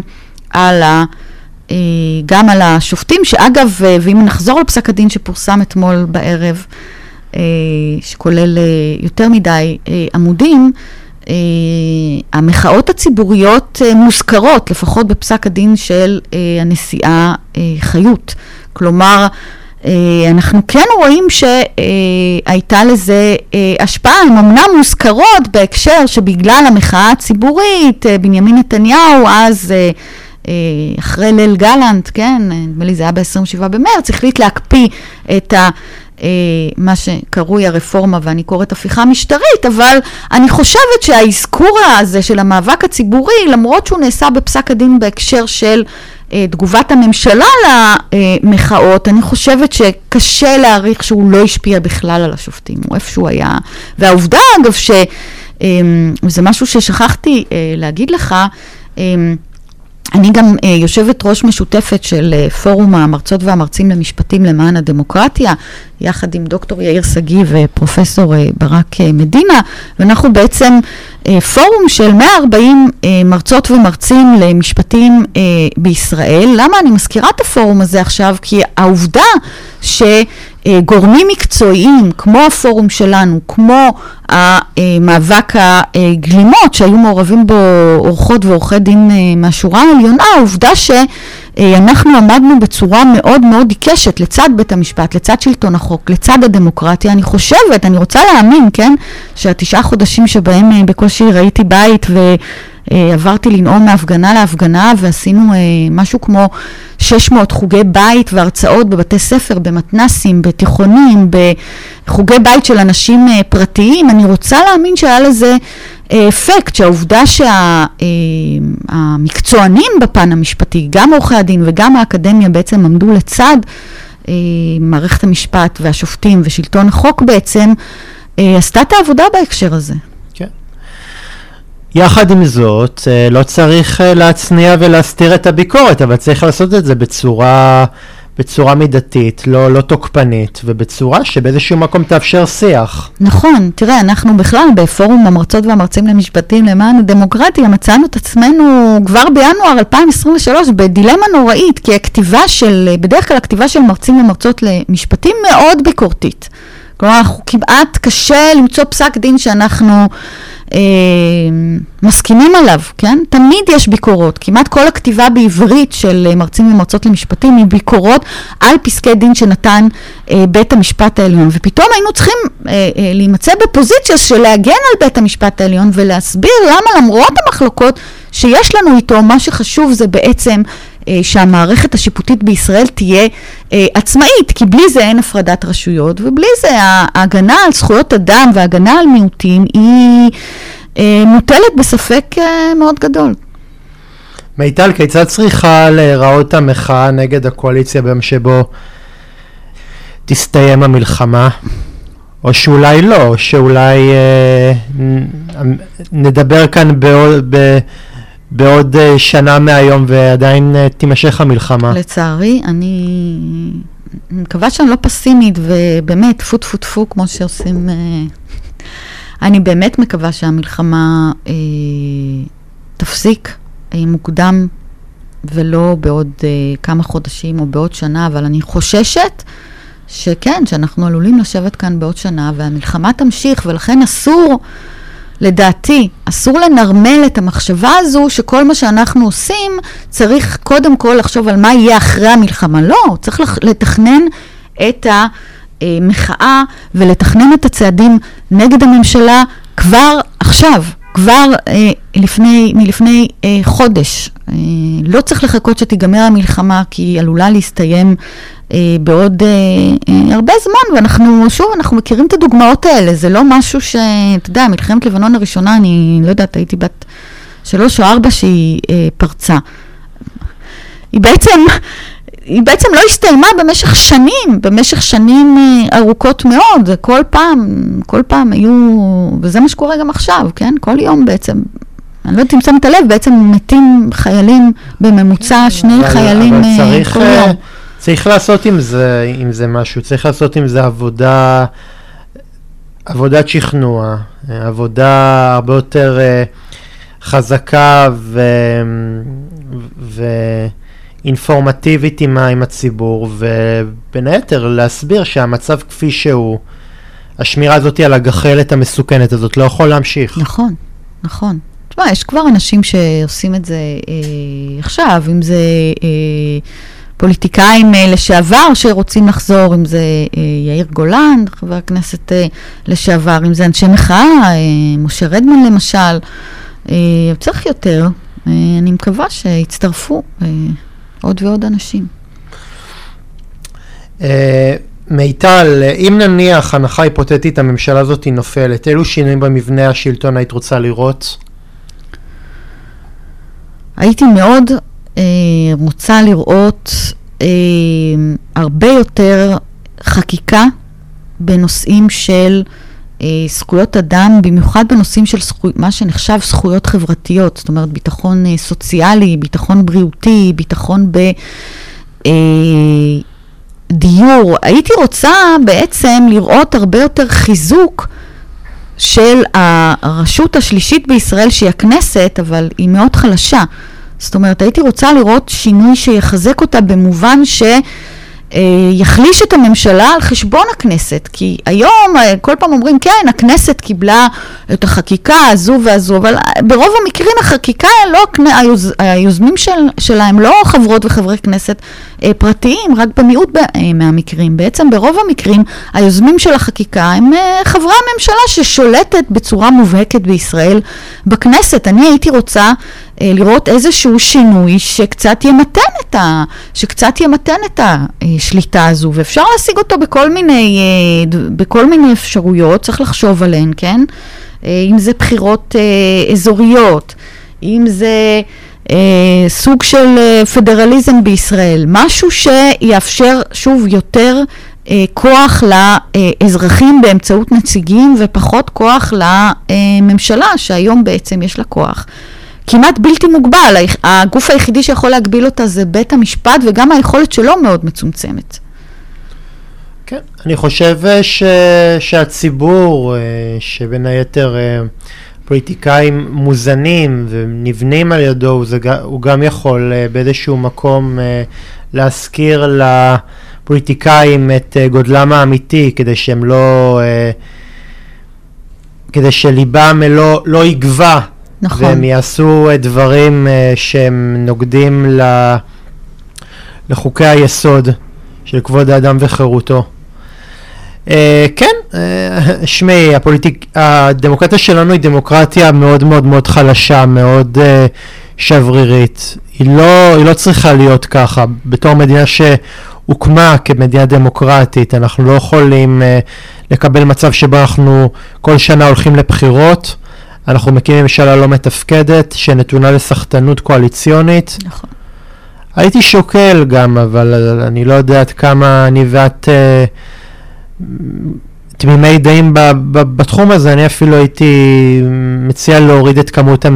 גם על השופטים, שאגב, ואם נחזור לפסק הדין שפורסם אתמול בערב, שכולל יותר מדי עמודים, המחאות הציבוריות מוזכרות, לפחות בפסק הדין של הנשיאה חיות. כלומר, אנחנו כן רואים שהייתה לזה השפעה, הן אמנם מוזכרות בהקשר שבגלל המחאה הציבורית, בנימין נתניהו אז אחרי ליל גלנט, כן, נדמה לי זה היה ב-27 במרץ, החליט להקפיא את מה שקרוי הרפורמה, ואני קוראת הפיכה משטרית, אבל אני חושבת שהאזכור הזה של המאבק הציבורי, למרות שהוא נעשה בפסק הדין בהקשר של תגובת הממשלה למחאות, אני חושבת שקשה להעריך שהוא לא השפיע בכלל על השופטים, הוא איפשהו היה. והעובדה, אגב, וזה משהו ששכחתי להגיד לך, אני גם יושבת ראש משותפת של פורום המרצות והמרצים למשפטים למען הדמוקרטיה, יחד עם דוקטור יאיר סגי ופרופסור ברק מדינה, ואנחנו בעצם פורום של 140 מרצות ומרצים למשפטים בישראל. למה אני מזכירה את הפורום הזה עכשיו? כי העובדה שגורמים מקצועיים, כמו הפורום שלנו, כמו המאבק הגלימות, שהיו מעורבים בו עורכות ועורכי דין מהשורה העליונה, העובדה שאנחנו עמדנו בצורה מאוד מאוד עיקשת לצד בית המשפט, לצד שלטון החוק, לצד הדמוקרטיה. אני חושבת, אני רוצה להאמין, כן, שה9 חודשים שבהם בקושי ראיתי בית ועברתי לנאום מהפגנה להפגנה, ועשינו משהו כמו 600 חוגי בית והרצאות בבתי ספר, במתנסים, בתיכונים, בחוגי בית של אנשים פרטיים. אני רוצה להאמין שהיה לזה אפקט, שהעובדה שהמקצוענים בפן המשפטי, גם עורכי הדין וגם האקדמיה בעצם עמדו לצד מערכת המשפט והשופטים ושלטון החוק בעצם, עשתה את העבודה בהקשר הזה. כן. יחד עם זאת, לא צריך להצניע ולהסתיר את הביקורת, אבל צריך לעשות את זה בצורה מידתית, לא תוקפנית, ובצורה שבאיזשהו מקום תאפשר שיח. נכון, תראה, אנחנו בכלל בפורום המרצות והמרצים למשפטים למען הדמוקרטיה, מצאנו את עצמנו כבר בינואר 2023 בדילמה נוראית, כי בדרך כלל הכתיבה של מרצים ומרצות למשפטים מאוד ביקורתית. כלומר, כמעט קשה למצוא פסק דין שאנחנו מסכימים עליו, כן? תמיד יש ביקורות. כמעט כל הכתיבה בעברית של מרצים ומרצות למשפטים היא ביקורות על פסקי דין שנתן בית המשפט העליון. ופתאום היינו צריכים להימצא בפוזיציה של להגן על בית המשפט העליון ולהסביר למה למרות המחלוקות שיש לנו איתו, מה שחשוב זה בעצם שהמערכת השיפוטית בישראל תהיה עצמאית, כי בלי זה אין הפרדת רשויות, ובלי זה ההגנה על זכויות אדם וההגנה על מיעוטים היא מוטלת בספק מאוד גדול. מיטל, כיצד צריכה להיראות המחאה נגד הקואליציה ביום שבו תסתיים המלחמה? או שאולי לא, שאולי נדבר כאן בעוד שנה מהיום ועדיין תימשך המלחמה. לצערי, אני מקווה שאני לא פסימית, ובאמת, טפו טפו טפו, כמו שעושים, אני באמת מקווה שהמלחמה תפסיק מוקדם, ולא בעוד כמה חודשים או בעוד שנה, אבל אני חוששת שכן, שאנחנו עלולים לשבת כאן בעוד שנה, והמלחמה תמשיך, ולכן אסור, לדעתי, אסור לנרמל את המחשבה הזו, שכל מה שאנחנו עושים, צריך קודם כל לחשוב על מה יהיה אחרי המלחמה. לא, צריך לתכנן את המחאה, ולתכנן את הצעדים נגד הממשלה כבר עכשיו. כבר מלפני חודש. לא צריך לחכות שתיגמר המלחמה, כי היא עלולה להסתיים בעוד הרבה זמן, ואנחנו, שוב, אנחנו מכירים את הדוגמאות האלה, זה לא משהו אתה יודע, מלחמת לבנון הראשונה, אני לא יודעת, הייתי בת 3 או 4 שהיא פרצה. היא בעצם לא הסתיימה במשך שנים ארוכות מאוד, כל פעם היו, וזה מה שקורה גם עכשיו, כן? כל יום בעצם, אני לא יודעת אם שמת לב, בעצם מתים חיילים בממוצע, 2 חיילים כל יום. צריך לעשות עם זה משהו, צריך לעשות עם זה עבודת שכנוע, עבודה הרבה יותר חזקה אינפורמטיבית עם הציבור, ובין היתר להסביר שהמצב כפי שהוא, השמירה הזאת על הגחלת המסוכנת הזאת לא יכול להמשיך. נכון. תשמע, יש כבר אנשים שעושים את זה עכשיו, אם זה פוליטיקאים לשעבר שרוצים לחזור, אם זה יאיר גולן, חבר הכנסת לשעבר, אם זה אנשי מחאה, משה רדמן למשל, צריך יותר. אני מקווה שיצטרפו עוד ועוד אנשים. מיטל, אם נניח הנחה היפותטית הממשלה הזאת נופלת, אילו שינויים במבנה השלטון היית רוצה לראות? הייתי מאוד רוצה לראות הרבה יותר חקיקה בנושאים של זכויות אדם, במיוחד בנושאים של מה שנחשב זכויות חברתיות, זאת אומרת ביטחון סוציאלי, ביטחון בריאותי, ביטחון בדיור. הייתי רוצה בעצם לראות הרבה יותר חיזוק של הרשות השלישית בישראל, שהיא הכנסת, אבל היא מאוד חלשה. זאת אומרת, הייתי רוצה לראות שינוי שיחזק אותה במובן יחליש את הממשלה על חשבון הכנסת, כי היום כל פעם אומרים, כן, הכנסת קיבלה את החקיקה הזו והזו, אבל ברוב המקרים החקיקה, היוזמים שלהם לא חברות וחברי כנסת פרטיים, רק במיעוט מהמקרים. בעצם ברוב המקרים, היוזמים של החקיקה הם חברי הממשלה ששולטת בצורה מובהקת בישראל בכנסת. אני הייתי רוצה לראות איזשהו שינוי שקצת ימתן את השליטה הזו, ואפשר להשיג אותו בכל מיני אפשרויות, צריך לחשוב עליהן, כן? אם זה בחירות אזוריות, אם זה סוג של פדרליזם בישראל, משהו שיאפשר שוב יותר כוח לאזרחים באמצעות נציגים, ופחות כוח לממשלה, שהיום בעצם יש לה כוח כמעט בלתי מוגבל. הגוף היחידי שיכול להגביל אותה זה בית המשפט, וגם היכולת שלו מאוד מצומצמת. כן, אני חושב שהציבור, שבין היתר פוליטיקאים מוזנים ונבנים על ידו, הוא גם יכול באיזשהו מקום להזכיר לפוליטיקאים את גודלם האמיתי, כדי שליבם לא יגבה. נכון. והם יעשו דברים שהם נוגדים לחוקי היסוד של כבוד האדם וחירותו. כן, שמי, הדמוקרטיה שלנו היא דמוקרטיה מאוד מאוד מאוד חלשה, מאוד שברירית. היא לא צריכה להיות ככה. בתור מדינה שהוקמה כמדינה דמוקרטית, אנחנו לא יכולים לקבל מצב שבו אנחנו כל שנה הולכים לבחירות, אנחנו מקימים ממשלה לא מתפקדת, שנתונה לסחטנות קואליציונית. נכון. הייתי שוקל גם, אבל אני לא יודעת כמה אני ואת תמימי דעים בתחום הזה. אני אפילו הייתי מציע להוריד את כמות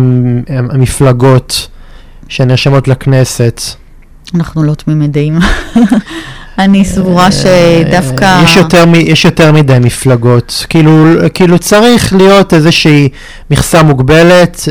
המפלגות שנרשמות לכנסת. אנחנו לא תמימי דעים. אני סבורה שדווקא... יש יותר מדי מפלגות, כאילו צריך להיות איזושהי מכסה מוגבלת,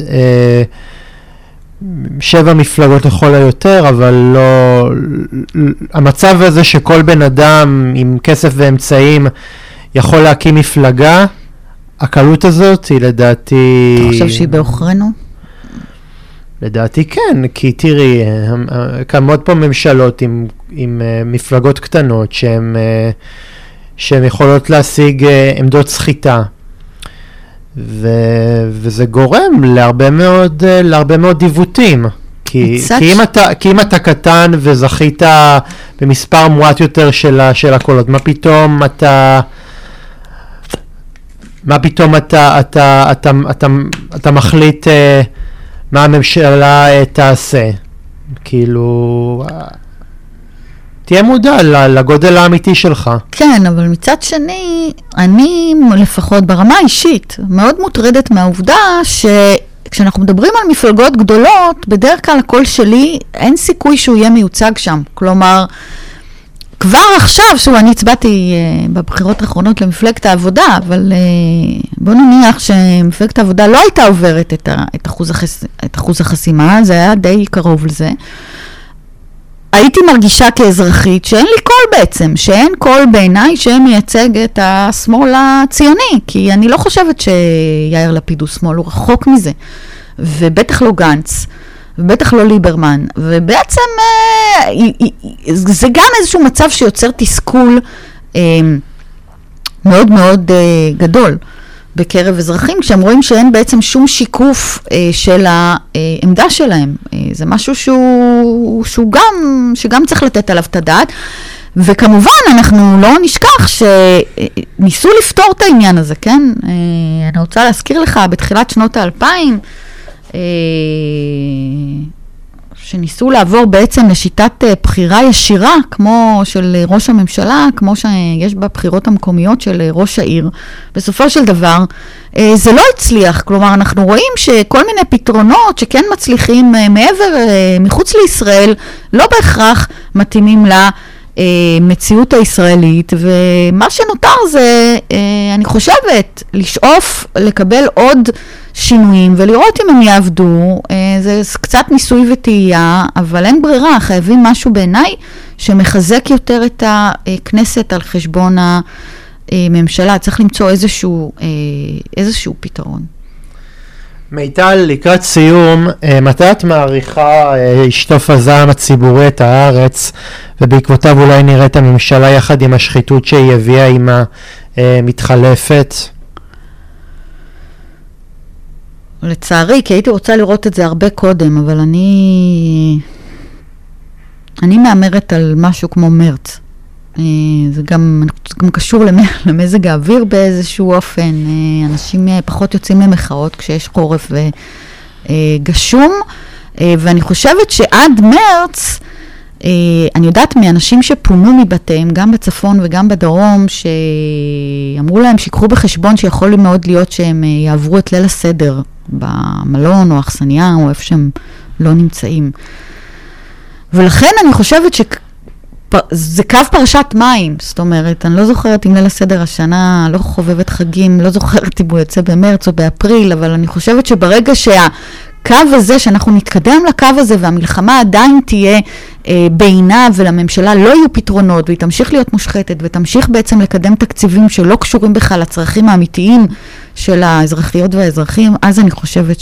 7 מפלגות לכל היותר, אבל לא... המצב הזה שכל בן אדם עם כסף ואמצעים יכול להקים מפלגה, הקלות הזאת היא לדעתי... אתה חושב שהיא באוכרנו? לדעתי כן, כי תראי, קמות פה ממשלות עם מפלגות קטנות שהן יכולות להשיג עמדות סחיטה, וזה גורם להרבה מאוד עיוותים. כי אם אתה קטן וזכית במספר מועט יותר של הקולות, מה פתאום אתה מחליט מה הממשלה תעשה? כאילו, תהיה מודע לגודל האמיתי שלך. כן, אבל מצד שני, אני לפחות ברמה האישית מאוד מוטרדת מהעובדה שכשאנחנו מדברים על מפלגות גדולות, בדרך כלל הקול שלי אין סיכוי שהוא יהיה מיוצג שם. כלומר, כבר עכשיו, אני הצבעתי בבחירות האחרונות למפלגת העבודה, אבל בוא נניח שמפלגת העבודה לא הייתה עוברת את אחוז החסימה, זה היה די קרוב לזה. הייתי מרגישה כאזרחית שאין לי קול בעצם, שאין קול בעיניי שמייצג את השמאל הציוני, כי אני לא חושבת שיאיר לפיד הוא שמאל, הוא רחוק מזה, ובטח לא גנץ. ובטח לא ליברמן, ובעצם זה גם איזשהו מצב שיוצר תסכול מאוד מאוד גדול בקרב אזרחים, כשהם רואים שאין בעצם שום שיקוף של העמדה שלהם. זה משהו שגם צריך לתת עליו את הדעת, וכמובן אנחנו לא נשכח שניסו לפתור את העניין הזה, כן? אני רוצה להזכיר לך, בתחילת שנות ה-2000, שניסו לעבור בעצם לשיטת בחירה ישירה, כמו של ראש הממשלה, כמו שיש בבחירות המקומיות של ראש העיר. בסופו של דבר, זה לא הצליח. כלומר, אנחנו רואים שכל מיני פתרונות שכן מצליחים מחוץ לישראל, לא בהכרח מתאימים למציאות הישראלית, ומה שנותר זה, אני חושבת, לשאוף לקבל עוד שינויים ולראות אם הם יעבדו. זה קצת ניסוי וטעייה, אבל אין ברירה, חייבים משהו בעיניי שמחזק יותר את הכנסת על חשבון הממשלה. צריך למצוא איזשהו פתרון. מיטל, לקראת סיום, מתי את מעריכה ישטוף הזעם הציבורי את הארץ, ובעקבותיו אולי נראה את הממשלה יחד עם השחיתות שהיא הביאה עם המתחלפת? לצערי, כי הייתי רוצה לראות את זה הרבה קודם, אבל אני מאמרת על משהו כמו מרץ. זה גם קשור למזג האוויר באיזשהו אופן. אנשים פחות יוצאים למחאות כשיש חורף וגשום, ואני חושבת שעד מרץ, אני יודעת מאנשים שפונו מבתיהם, גם בצפון וגם בדרום, שאמרו להם שיקחו בחשבון שיכול מאוד להיות שהם יעברו את ליל הסדר במלון או אכסניה או איפה שהם לא נמצאים. ולכן אני חושבת שזה קו פרשת מים, זאת אומרת, אני לא זוכרת אם ליל הסדר השנה, לא חובבת חגים, לא זוכרת אם הוא יוצא במרץ או באפריל, אבל אני חושבת שברגע שהקו הזה, שאנחנו נתקדם לקו הזה והמלחמה עדיין תהיה בעינה ולממשלה לא יהיו פתרונות, והיא תמשיך להיות מושחתת ותמשיך בעצם לקדם תקציבים שלא קשורים בכלל לצרכים האמיתיים של האזרחיות והאזרחים, אז אני חושבת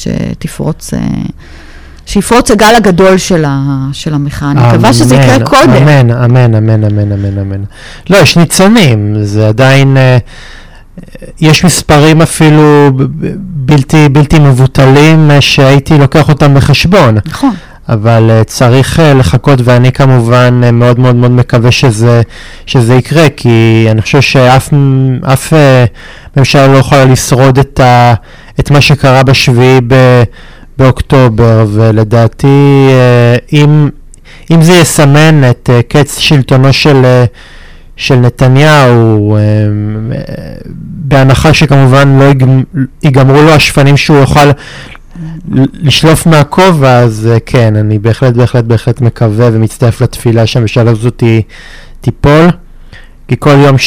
שיפרוץ הגל הגדול של המחאה. אני מקווה שזה יקרה קודם. אמן, אמן, אמן, אמן, אמן, אמן. לא, יש ניצנים, זה עדיין, יש מספרים אפילו בלתי מבוטלים שהייתי לוקח אותם בחשבון. נכון. אבל צריך לחכות, ואני כמובן מאוד מאוד מאוד מקווה שזה יקרה, כי אני חושב שאף ממשלה לא יכולה לשרוד את מה שקרה באוקטובר, ולדעתי אם זה יסמן את קץ שלטונו של נתניהו, בהנחה שכמובן לא ייגמרו לו השפנים שהוא יוכל לשלוף מהכובע, אז כן, אני בהחלט מקווה ומצטרף לתפילה שהממשלה הזאת תיפול, כי כל יום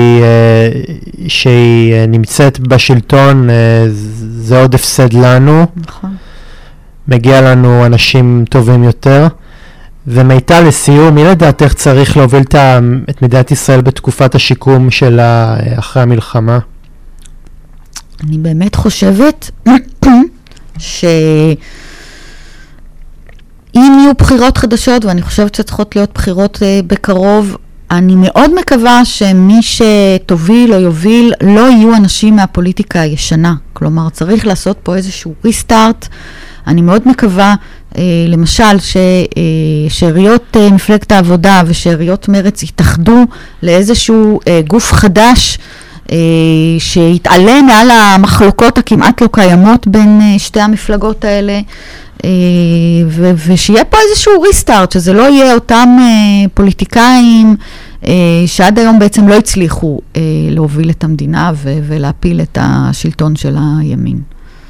שהיא נמצאת בשלטון זה עוד הפסד לנו. נכון. מגיע לנו אנשים טובים יותר. ומיטל, לסיום, מי לדעתך צריך להוביל את מדינת ישראל בתקופת השיקום שלה אחרי המלחמה? אני באמת חושבת שאם יהיו בחירות חדשות, ואני חושבת שצריכות להיות בחירות בקרוב, אני מאוד מקווה שמי שתוביל או יוביל לא יהיו אנשים מהפוליטיקה הישנה. כלומר, צריך לעשות פה איזשהו ריסטארט. אני מאוד מקווה, למשל, ששאריות מפלגת העבודה ושאריות מרץ יתאחדו לאיזשהו גוף חדש, שיתעלה מעל המחלוקות הכמעט לא קיימות בין שתי המפלגות האלה, ושיהיה פה איזשהו ריסטארט, שזה לא יהיה אותם פוליטיקאים שעד היום בעצם לא הצליחו להוביל את המדינה ולהפיל את השלטון של הימין.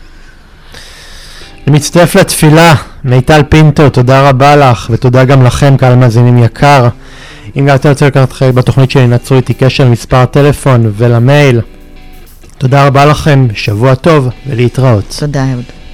אני מצטרף לתפילה. מיטל פינטו, תודה רבה לך, ותודה גם לכם, קהל מאזינים יקר. אם גם אתם רוצים לקחת חלק בתוכנית שלי, נצרו איתי קשר למספר הטלפון ולמייל. תודה רבה לכם, שבוע טוב ולהתראות. תודה, אהוד.